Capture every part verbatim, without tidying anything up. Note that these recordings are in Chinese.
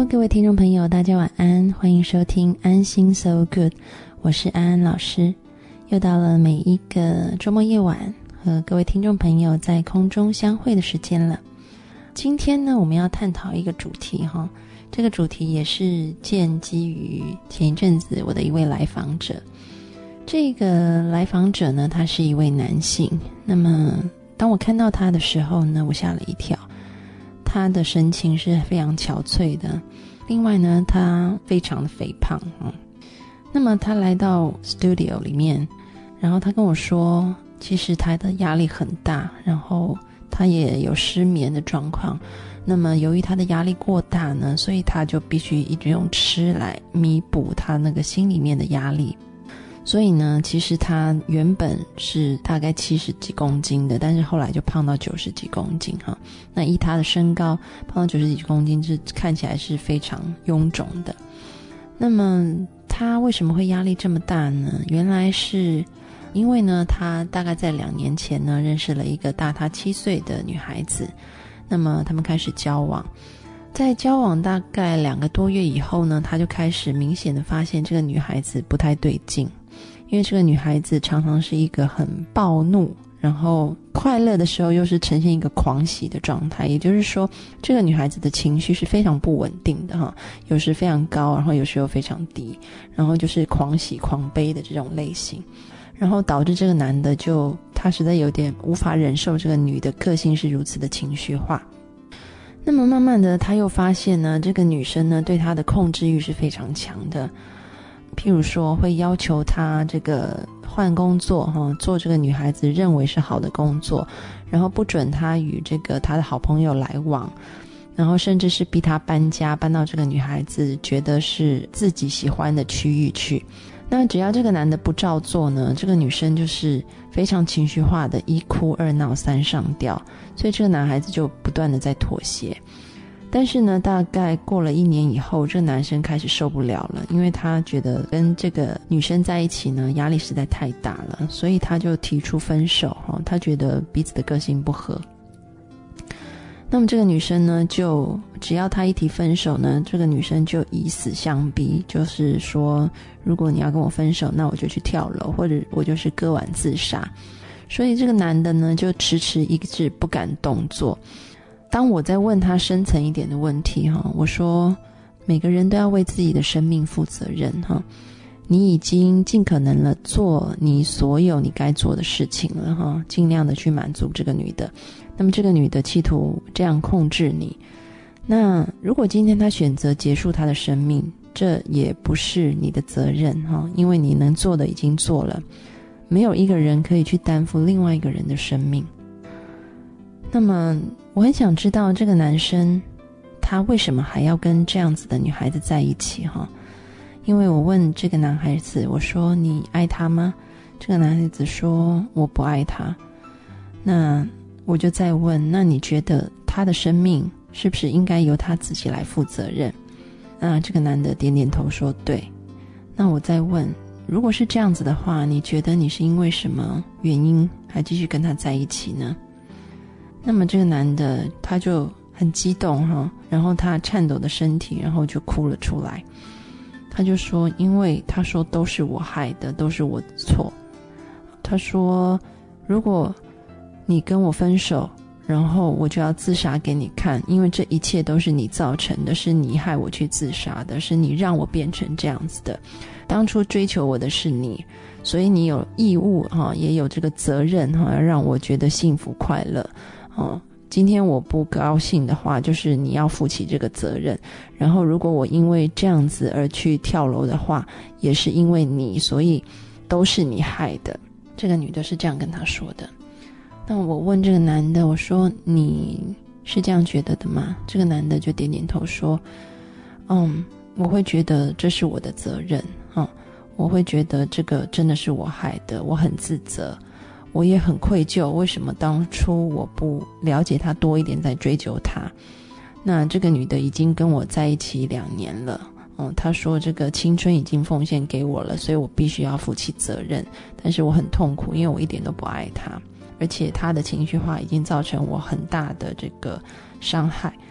各位听众朋友大家晚安，欢迎收听安心 So Good， 我是安安老师。又到了每一个周末夜晚和各位听众朋友在空中相会的时间了。今天呢，我们要探讨一个主题哈，这个主题也是建基于前一阵子我的一位来访者。这个来访者呢，他是一位男性。那么当我看到他的时候呢，我吓了一跳。他的神情是非常憔悴的，另外呢，他非常的肥胖。嗯，那么他来到 studio 里面，然后他跟我说，其实他的压力很大，然后他也有失眠的状况。那么由于他的压力过大呢，所以他就必须一直用吃来弥补他那个心里面的压力。所以呢，其实他原本是大概七十几公斤的，但是后来就胖到九十几公斤哈。那依他的身高，胖到九十几公斤，是看起来是非常臃肿的。那么他为什么会压力这么大呢？原来是因为呢，他大概在两年前呢，认识了一个大他七岁的女孩子。那么他们开始交往，在交往大概两个多月以后呢，他就开始明显的发现这个女孩子不太对劲。因为这个女孩子常常是一个很暴怒，然后快乐的时候又是呈现一个狂喜的状态，也就是说这个女孩子的情绪是非常不稳定的哈，有时非常高，然后有时候非常低，然后就是狂喜狂悲的这种类型，然后导致这个男的就他实在有点无法忍受这个女的个性是如此的情绪化。那么慢慢的他又发现呢，这个女生呢对他的控制欲是非常强的，譬如说会要求他这个换工作哈，做这个女孩子认为是好的工作，然后不准他与这个他的好朋友来往，然后甚至是逼他搬家，搬到这个女孩子觉得是自己喜欢的区域去。那只要这个男的不照做呢，这个女生就是非常情绪化的，一哭二闹三上吊，所以这个男孩子就不断的在妥协。但是呢，大概过了一年以后，这个男生开始受不了了，因为他觉得跟这个女生在一起呢，压力实在太大了，所以他就提出分手。他觉得彼此的个性不合。那么这个女生呢，就只要他一提分手呢，这个女生就以死相逼，就是说如果你要跟我分手，那我就去跳楼，或者我就是割腕自杀。所以这个男的呢，就迟迟一直不敢动作。当我在问他深层一点的问题哈，我说每个人都要为自己的生命负责任哈，你已经尽可能了做你所有你该做的事情了哈，尽量的去满足这个女的。那么这个女的企图这样控制你，那如果今天她选择结束她的生命，这也不是你的责任哈，因为你能做的已经做了，没有一个人可以去担负另外一个人的生命。那么我很想知道这个男生他为什么还要跟这样子的女孩子在一起哈？因为我问这个男孩子，我说你爱他吗？这个男孩子说我不爱他。那我就再问，那你觉得他的生命是不是应该由他自己来负责任？那这个男的点点头说对。那我再问，如果是这样子的话，你觉得你是因为什么原因还继续跟他在一起呢？那么这个男的他就很激动哈，然后他颤抖的身体，然后就哭了出来。他就说，因为他说都是我害的，都是我的错。他说，如果你跟我分手，然后我就要自杀给你看，因为这一切都是你造成的，是你害我去自杀的，是你让我变成这样子的。当初追求我的是你，所以你有义务哈，也有这个责任哈，让我觉得幸福快乐。哦，今天我不高兴的话，就是你要负起这个责任。然后如果我因为这样子而去跳楼的话，也是因为你，所以都是你害的。这个女的是这样跟他说的。那我问这个男的，我说你是这样觉得的吗？这个男的就点点头说，嗯，我会觉得这是我的责任，嗯，我会觉得这个真的是我害的，我很自责。我也很愧疚，为什么当初我不了解他多一点再追究他。那这个女的已经跟我在一起两年了，嗯，她说这个青春已经奉献给我了，所以我必须要负起责任。但是我很痛苦，因为我一点都不爱他，而且他的情绪化已经造成我很大的这个伤害。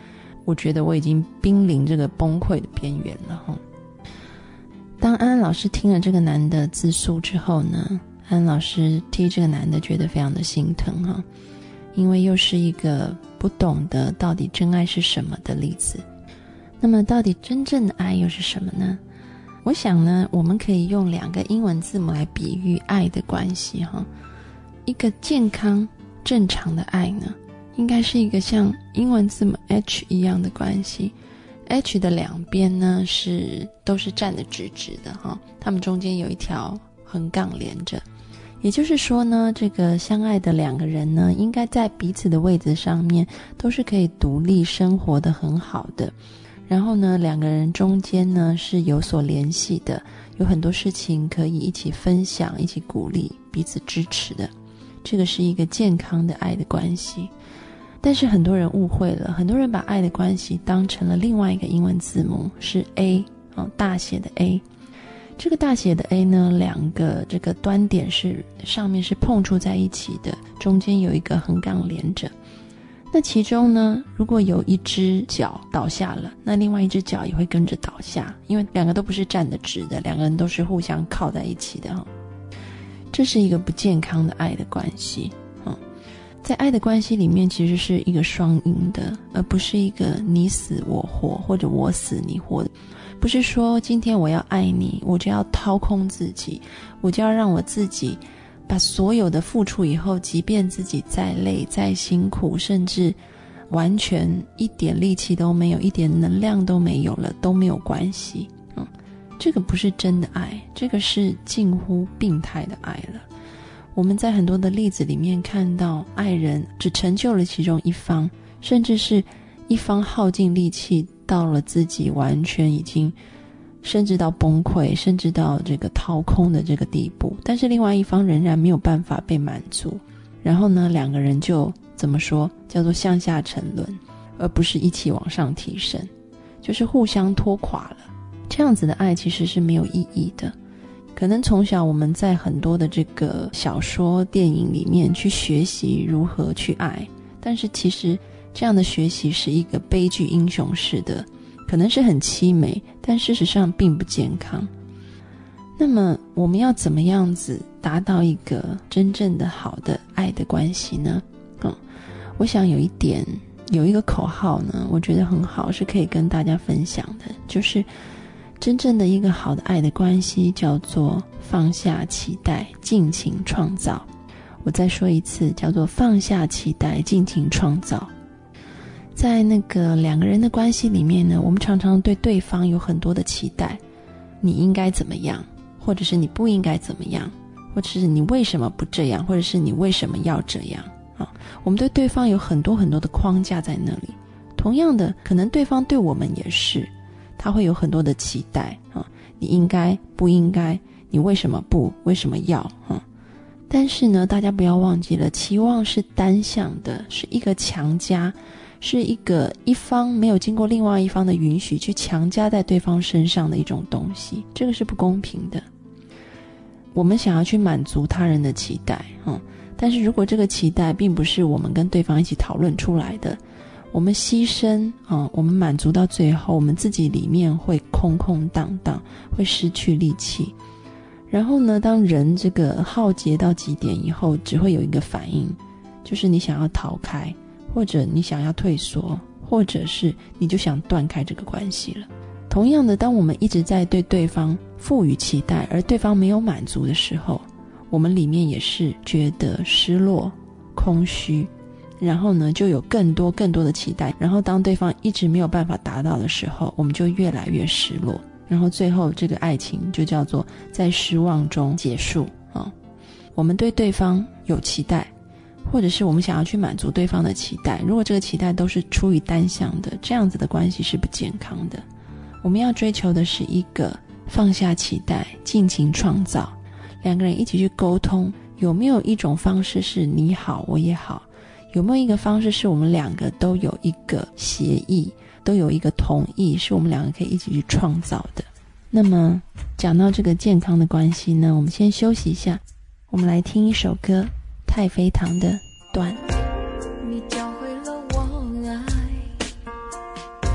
我觉得我已经濒临这个崩溃的边缘了哈。当安安老师听了这个男的自述之后呢，安安老师替这个男的觉得非常的心疼哈，因为又是一个不懂得到底真爱是什么的例子。那么到底真正的爱又是什么呢？我想呢，我们可以用两个英文字母来比喻爱的关系哈。一个健康正常的爱呢，应该是一个像英文字母 H 一样的关系。H 的两边呢是都是站得直直的哈，它们中间有一条横杠连着。也就是说呢，这个相爱的两个人呢，应该在彼此的位置上面都是可以独立生活得很好的。然后呢，两个人中间呢是有所联系的，有很多事情可以一起分享，一起鼓励，彼此支持的。这个是一个健康的爱的关系。但是很多人误会了，很多人把爱的关系当成了另外一个英文字母，是 A、哦、大写的 A。 这个大写的 A 呢，两个这个端点是上面是碰触在一起的，中间有一个横杠连着。那其中呢，如果有一只脚倒下了，那另外一只脚也会跟着倒下，因为两个都不是站得直的，两个人都是互相靠在一起的、哦、这是一个不健康的爱的关系、哦、在爱的关系里面其实是一个双赢的，而不是一个你死我活或者我死你活的。不是说今天我要爱你，我就要掏空自己，我就要让我自己把所有的付出以后，即便自己再累再辛苦，甚至完全一点力气都没有，一点能量都没有了，都没有关系、嗯、这个不是真的爱，这个是近乎病态的爱了。我们在很多的例子里面看到，爱人只成就了其中一方，甚至是一方耗尽力气到了自己完全已经甚至到崩溃，甚至到这个掏空的这个地步，但是另外一方仍然没有办法被满足，然后呢，两个人就怎么说，叫做向下沉沦，而不是一起往上提升，就是互相拖垮了。这样子的爱其实是没有意义的。可能从小我们在很多的这个小说电影里面去学习如何去爱，但是其实这样的学习是一个悲剧英雄式的，可能是很凄美，但事实上并不健康。那么我们要怎么样子达到一个真正的好的爱的关系呢？嗯，我想有一点，有一个口号呢，我觉得很好，是可以跟大家分享的，就是真正的一个好的爱的关系叫做放下期待，尽情创造。我再说一次，叫做放下期待，尽情创造。在那个两个人的关系里面呢，我们常常对对方有很多的期待，你应该怎么样，或者是你不应该怎么样，或者是你为什么不这样，或者是你为什么要这样啊？我们对对方有很多很多的框架在那里。同样的，可能对方对我们也是，他会有很多的期待啊，你应该不应该，你为什么不，为什么要啊？但是呢，大家不要忘记了，期望是单向的，是一个强加，是一个一方没有经过另外一方的允许去强加在对方身上的一种东西，这个是不公平的。我们想要去满足他人的期待、嗯、但是如果这个期待并不是我们跟对方一起讨论出来的，我们牺牲、嗯、我们满足到最后，我们自己里面会空空荡荡，会失去力气。然后呢，当人这个耗竭到极点以后，只会有一个反应，就是你想要逃开，或者你想要退缩，或者是你就想断开这个关系了。同样的，当我们一直在对对方赋予期待，而对方没有满足的时候，我们里面也是觉得失落、空虚，然后呢就有更多更多的期待，然后当对方一直没有办法达到的时候，我们就越来越失落，然后最后这个爱情就叫做在失望中结束、哦、我们对对方有期待，或者是我们想要去满足对方的期待，如果这个期待都是出于单向的，这样子的关系是不健康的。我们要追求的是一个放下期待，尽情创造，两个人一起去沟通，有没有一种方式是你好我也好，有没有一个方式是我们两个都有一个协议，都有一个同意，是我们两个可以一起去创造的。那么讲到这个健康的关系呢，我们先休息一下，我们来听一首歌，太妃糖的《断》。 你教会了我爱，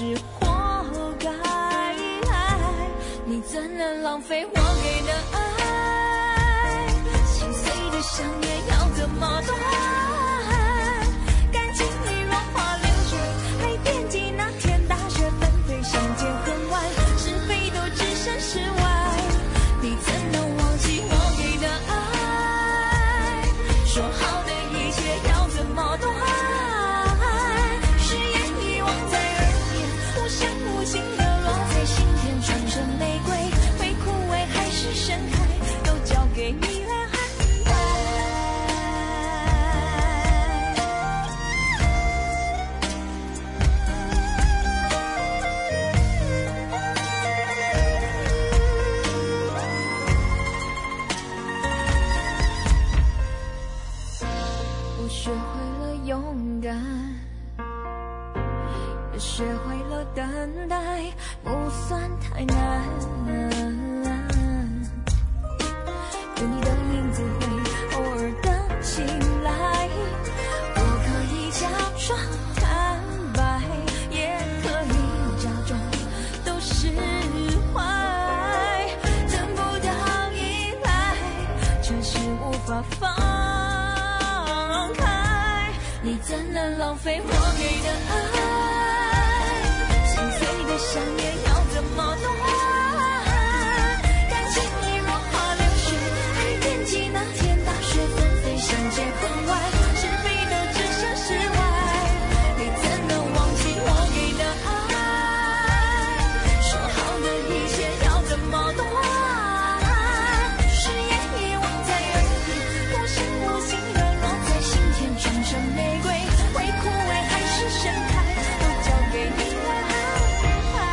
是活该。你怎能浪费我给的爱？心碎的想念要怎么断？感情里融化流水，还惦记那天大雪纷飞，相见恨晚，是非都只剩释怀。你怎能忘记我给的爱？说好的一切要怎么断？誓言遗忘在耳边，无声无息地落在心田，转成玫瑰，会枯萎还是盛开，都交给你来安排。我学会了勇敢，也学会了等待，不算太难。有你的影子会偶尔的醒来，我可以假装坦白，也可以假装都释怀。等不到依赖，却是无法放开。你怎能浪费我给的爱？心碎的想念要怎么断？感情已融化流水，还惦记那天大雪纷飞，相见恨晚，是非都只剩释怀。你怎能忘记我给的爱？说好的一切要怎么断？誓言遗忘在耳边，无声无息地落在心田，转成玫瑰，会枯萎还是盛开，都交给你来安排。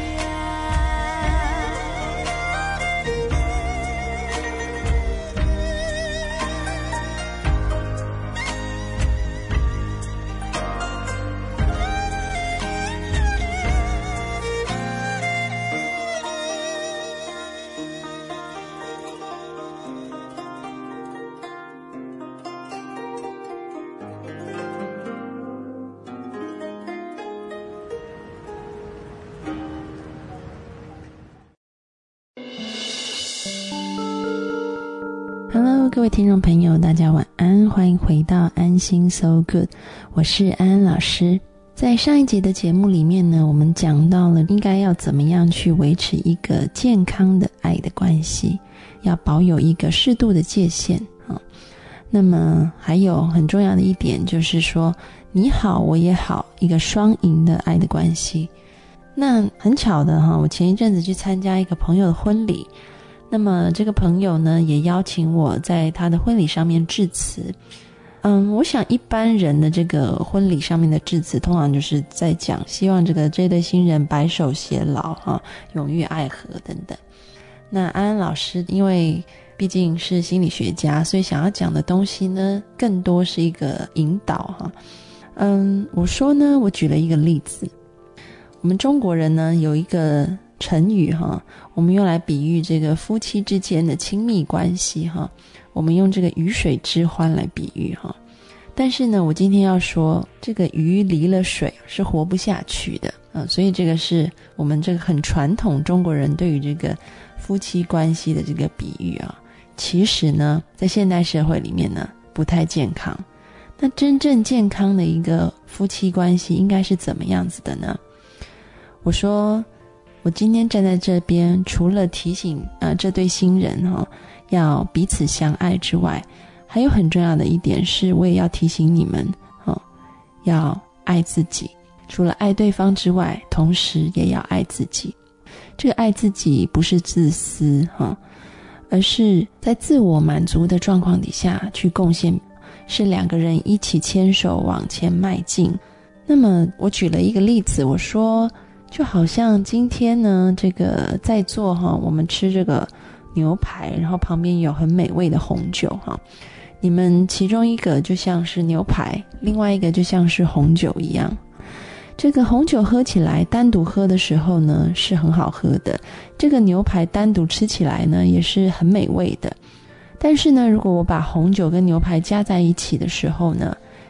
Hello， 各位听众朋友，大家晚安，欢迎回到安心 So Good， 我是安安老师。在上一集的节目里面呢，我们讲到了应该要怎么样去维持一个健康的爱的关系，要保有一个适度的界限啊。那么还有很重要的一点就是说，你好我也好，一个双赢的爱的关系。那很巧的哈，我前一阵子去参加一个朋友的婚礼，那么这个朋友呢也邀请我在他的婚礼上面致辞。嗯，我想一般人的这个婚礼上面的致辞通常就是在讲希望这个这对新人白首偕老哈，永浴爱河等等。那安安老师因为毕竟是心理学家，所以想要讲的东西呢更多是一个引导哈。嗯，我说呢，我举了一个例子，我们中国人呢有一个成语哈，我们用来比喻这个夫妻之间的亲密关系哈，我们用这个鱼水之欢来比喻哈。但是呢，我今天要说，这个鱼离了水是活不下去的啊，所以这个是我们这个很传统中国人对于这个夫妻关系的这个比喻啊。其实呢，在现代社会里面呢，不太健康。那真正健康的一个夫妻关系应该是怎么样子的呢？我说，我今天站在这边，除了提醒呃这对新人哈、哦、要彼此相爱之外，还有很重要的一点是，我也要提醒你们哦，要爱自己。除了爱对方之外，同时也要爱自己。这个爱自己不是自私哈、哦，而是在自我满足的状况底下去贡献，是两个人一起牵手往前迈进。那么我举了一个例子，我说就好像今天呢，这个在座哈，我们吃这个牛排，然后旁边有很美味的红酒哈。你们其中一个就像是牛排，另外一个就像是红酒一样。这个红酒喝起来单独喝的时候呢是很好喝的，这个牛排单独吃起来呢也是很美味的。但是呢，如果我把红酒跟牛排加在一起的时候呢，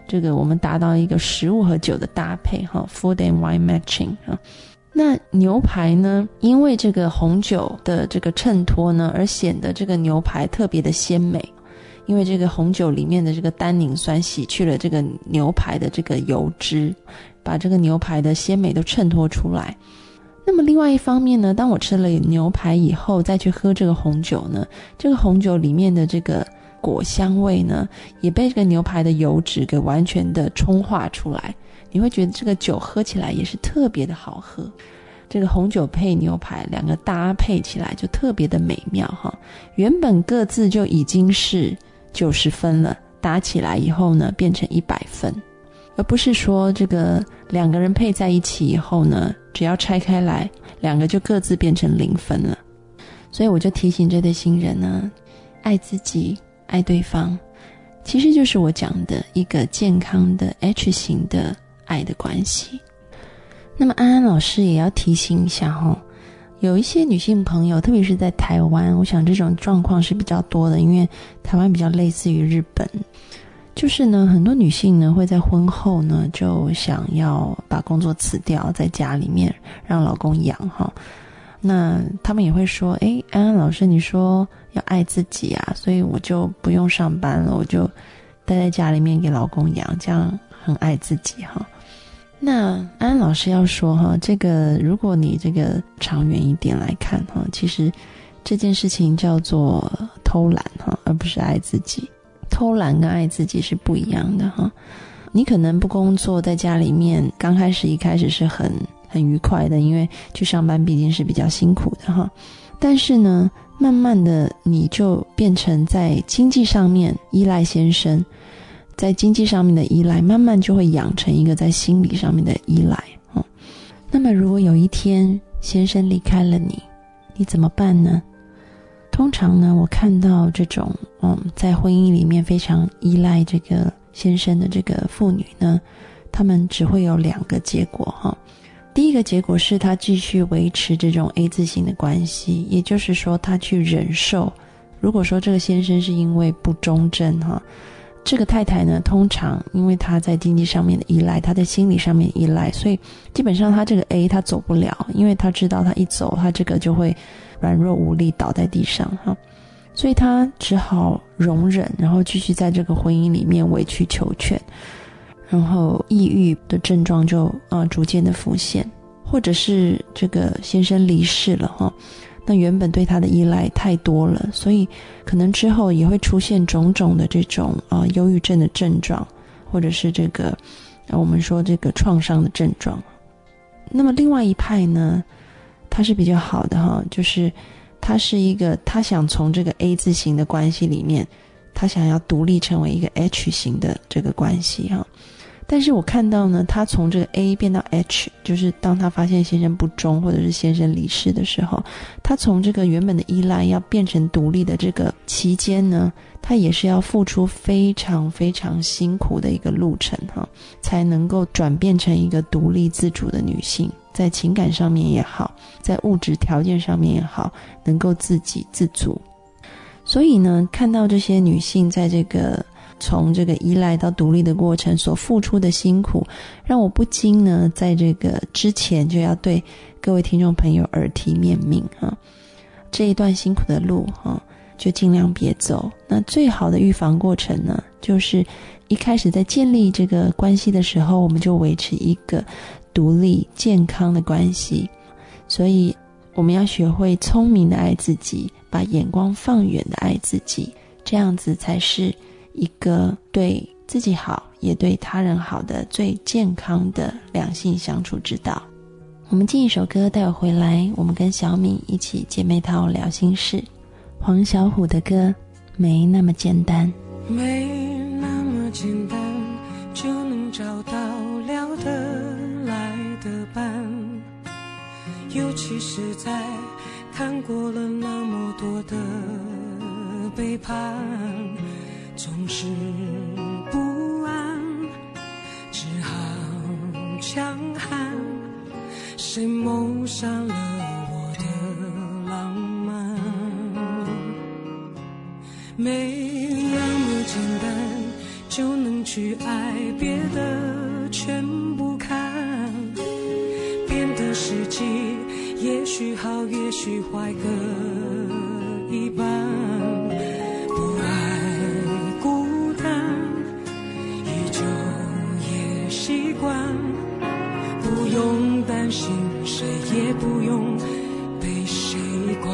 这个我们达到一个食物和酒的搭配哈 ，food and wine matching 哈。那牛排呢，因为这个红酒的这个衬托呢，而显得这个牛排特别的鲜美。因为这个红酒里面的这个单宁酸洗去了这个牛排的这个油脂，把这个牛排的鲜美都衬托出来。那么另外一方面呢，当我吃了牛排以后再去喝这个红酒呢，这个红酒里面的这个果香味呢，也被这个牛排的油脂给完全的冲化出来，你会觉得这个酒喝起来也是特别的好喝。这个红酒配牛排两个搭配起来就特别的美妙哈。原本各自就已经是九十分了，打起来以后呢变成一百分，而不是说这个两个人配在一起以后呢，只要拆开来两个就各自变成零分了。所以我就提醒这对新人呢，爱自己爱对方，其实就是我讲的一个健康的 H 型的爱的关系。那么安安老师也要提醒一下齁，有一些女性朋友，特别是在台湾，我想这种状况是比较多的，因为台湾比较类似于日本。就是呢，很多女性呢会在婚后呢就想要把工作辞掉，在家里面让老公养哈。那他们也会说，诶，安安老师你说要爱自己啊，所以我就不用上班了，我就待在家里面给老公养，这样很爱自己哈。那安安老师要说哈，这个如果你这个长远一点来看哈，其实这件事情叫做偷懒哈，而不是爱自己。偷懒跟爱自己是不一样的哈。你可能不工作，在家里面刚开始一开始是很很愉快的，因为去上班毕竟是比较辛苦的哈。但是呢，慢慢的你就变成在经济上面依赖先生，在经济上面的依赖慢慢就会养成一个在心理上面的依赖、哦、那么如果有一天先生离开了你，你怎么办呢？通常呢，我看到这种嗯，在婚姻里面非常依赖这个先生的这个妇女呢，他们只会有两个结果哈、哦。第一个结果是他继续维持这种 A 字型的关系，也就是说他去忍受，如果说这个先生是因为不忠贞哈，这个太太呢，通常因为她在经济上面的依赖，她在心理上面依赖，所以基本上她这个 A 她走不了，因为她知道她一走，她这个就会软弱无力倒在地上哈，所以她只好容忍，然后继续在这个婚姻里面委曲求全，然后抑郁的症状就呃逐渐的浮现，或者是这个先生离世了哈。那原本对他的依赖太多了，所以可能之后也会出现种种的这种呃忧郁症的症状，或者是这个、呃、我们说这个创伤的症状。那么另外一派呢，他是比较好的哈，就是他是一个他想从这个 A 字型的关系里面，他想要独立成为一个 H 型的这个关系哈。但是我看到呢，他从这个 A 变到 H， 就是当他发现先生不忠或者是先生离世的时候，他从这个原本的依赖要变成独立的这个期间呢，他也是要付出非常非常辛苦的一个路程哈，才能够转变成一个独立自主的女性，在情感上面也好，在物质条件上面也好，能够自给自足。所以呢，看到这些女性在这个从这个依赖到独立的过程所付出的辛苦，让我不禁呢在这个之前就要对各位听众朋友耳提面命哈，这一段辛苦的路哈，就尽量别走。那最好的预防过程呢，就是一开始在建立这个关系的时候，我们就维持一个独立健康的关系。所以我们要学会聪明的爱自己，把眼光放远的爱自己，这样子才是一个对自己好也对他人好的最健康的两性相处之道。我们进一首歌，待会回来我们跟小米一起姐妹淘聊心事。黄小琥的歌没那么简单， 没那么简单就能找到聊得来的伴，尤其是在看过了那么多的背叛，总是不安，只好强悍，谁谋杀了我的浪漫？没那么简单就能去爱，别的全不看。变的时机也许好也许坏各一半，不爱孤单依旧也习惯，不用担心谁也不用被谁管，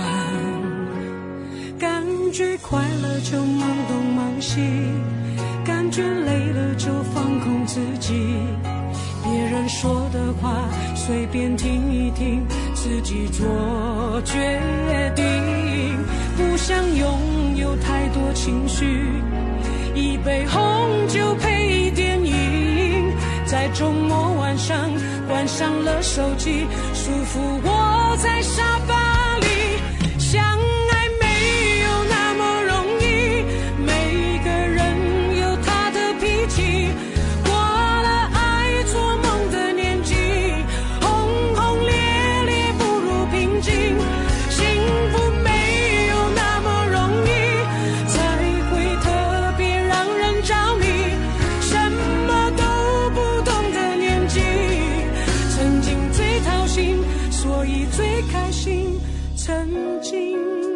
感觉快乐就忙东忙西，感觉累了就放空自己，别人说的话随便听一听，自己做决定，不想拥有太多情绪，一杯红酒配电影，在周末晚上关上了手机，舒服窝在沙发里。相爱没有那么容易，每个人有他的脾气，过了爱做梦的年纪，轰轰烈烈不如平静，幸福没有那么容易，才会特别让人着迷，什么都不懂的年纪，曾经最掏心，所以最开心，曾经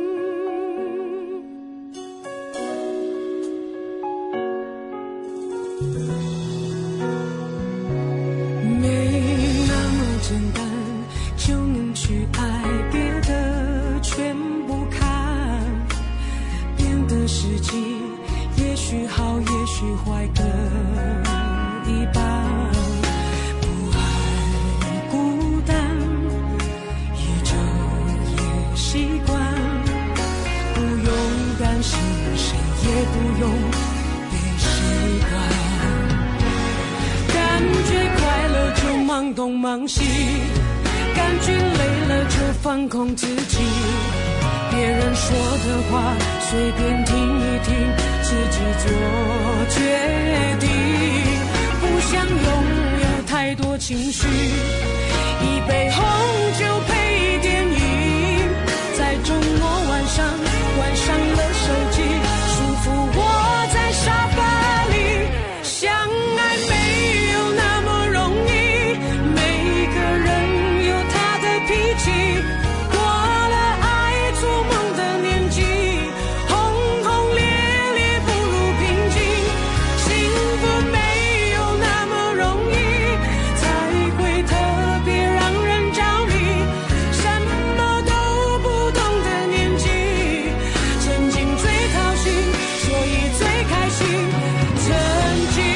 没那么简单就能去爱，别的全不看，变的时机也许好也许坏各一半，不爱孤单依旧也习惯，不用担心谁也不用被谁管，感觉快乐就忙东忙西，感觉累了就放空自己，别人说的话随便听一听，自己做决定，不想拥有太多情绪，一杯红酒配电影，在周末晚上关上了手机，舒服窝在沙发里。相爱没有那么容易，每个人有他的脾气，过了爱做梦的年纪，轰轰烈烈不如平静，幸福没有那么容易，才会特别让人着迷，什么都不懂的年纪，曾经最掏心，所以最开心，曾经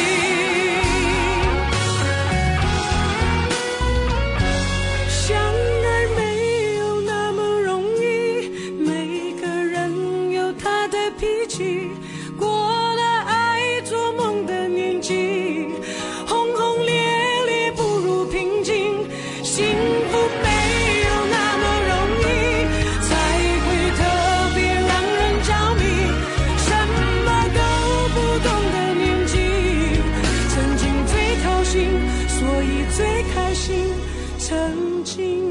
相爱没有那么容易，每个人有他的脾气，过了爱做梦的年纪，轰轰烈烈不如平静，幸福没有那么容易，才会特别让人着迷，什么都不懂的年纪，曾经最掏心，所以最开心，曾经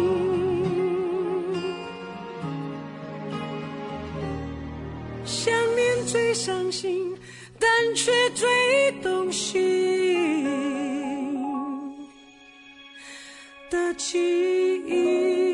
想念最伤心，但却最动心的记忆。